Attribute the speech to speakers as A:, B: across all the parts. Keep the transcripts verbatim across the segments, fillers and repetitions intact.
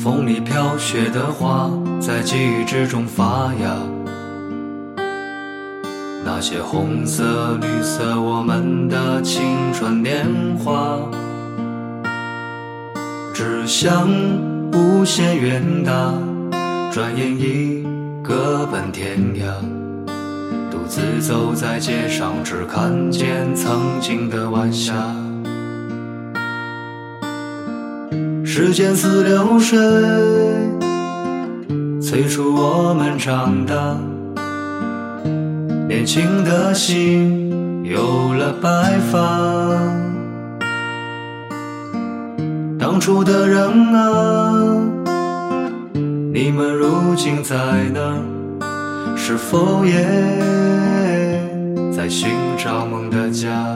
A: 风里飘雪的花，在记忆之中发芽。那些红色、绿色，我们的青春年华，志向无限远大，转眼已各奔天涯。独自走在街上，只看见曾经的晚霞。时间似流水，催促我们长大，年轻的心有了白发。当初的人啊，你们如今在哪？是否也在寻找梦的家？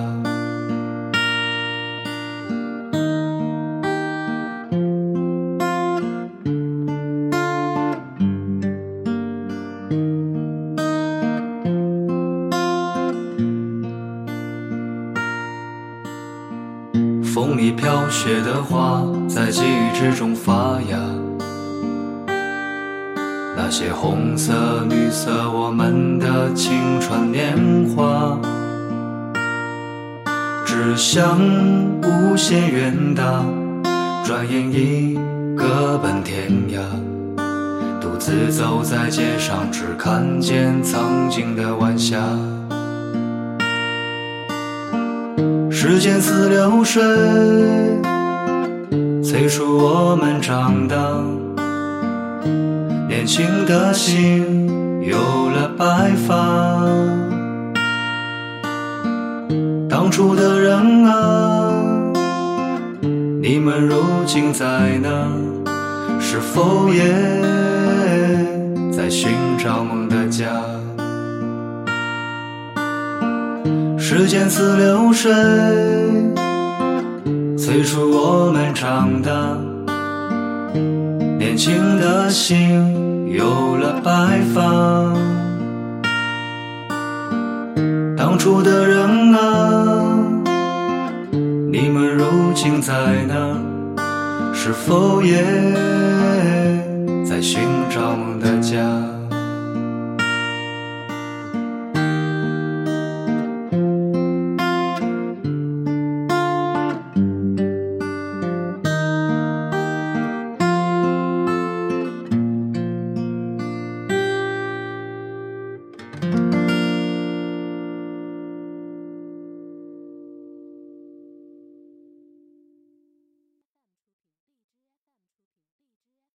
A: 风里飘雪的花，在记忆之中发芽。那些红色、绿色，我们的青春年华，志向无限远大，转眼已各奔天涯。独自走在街上，只看见曾经的晚霞。时间似流水，催促我们长大，年轻的心有了白发。当初的人啊，你们如今在哪？是否也在寻找梦的家？时间似流水，催促我们长大，年轻的心有了白发。当初的人啊，你们如今在哪？是否也在寻找梦的家？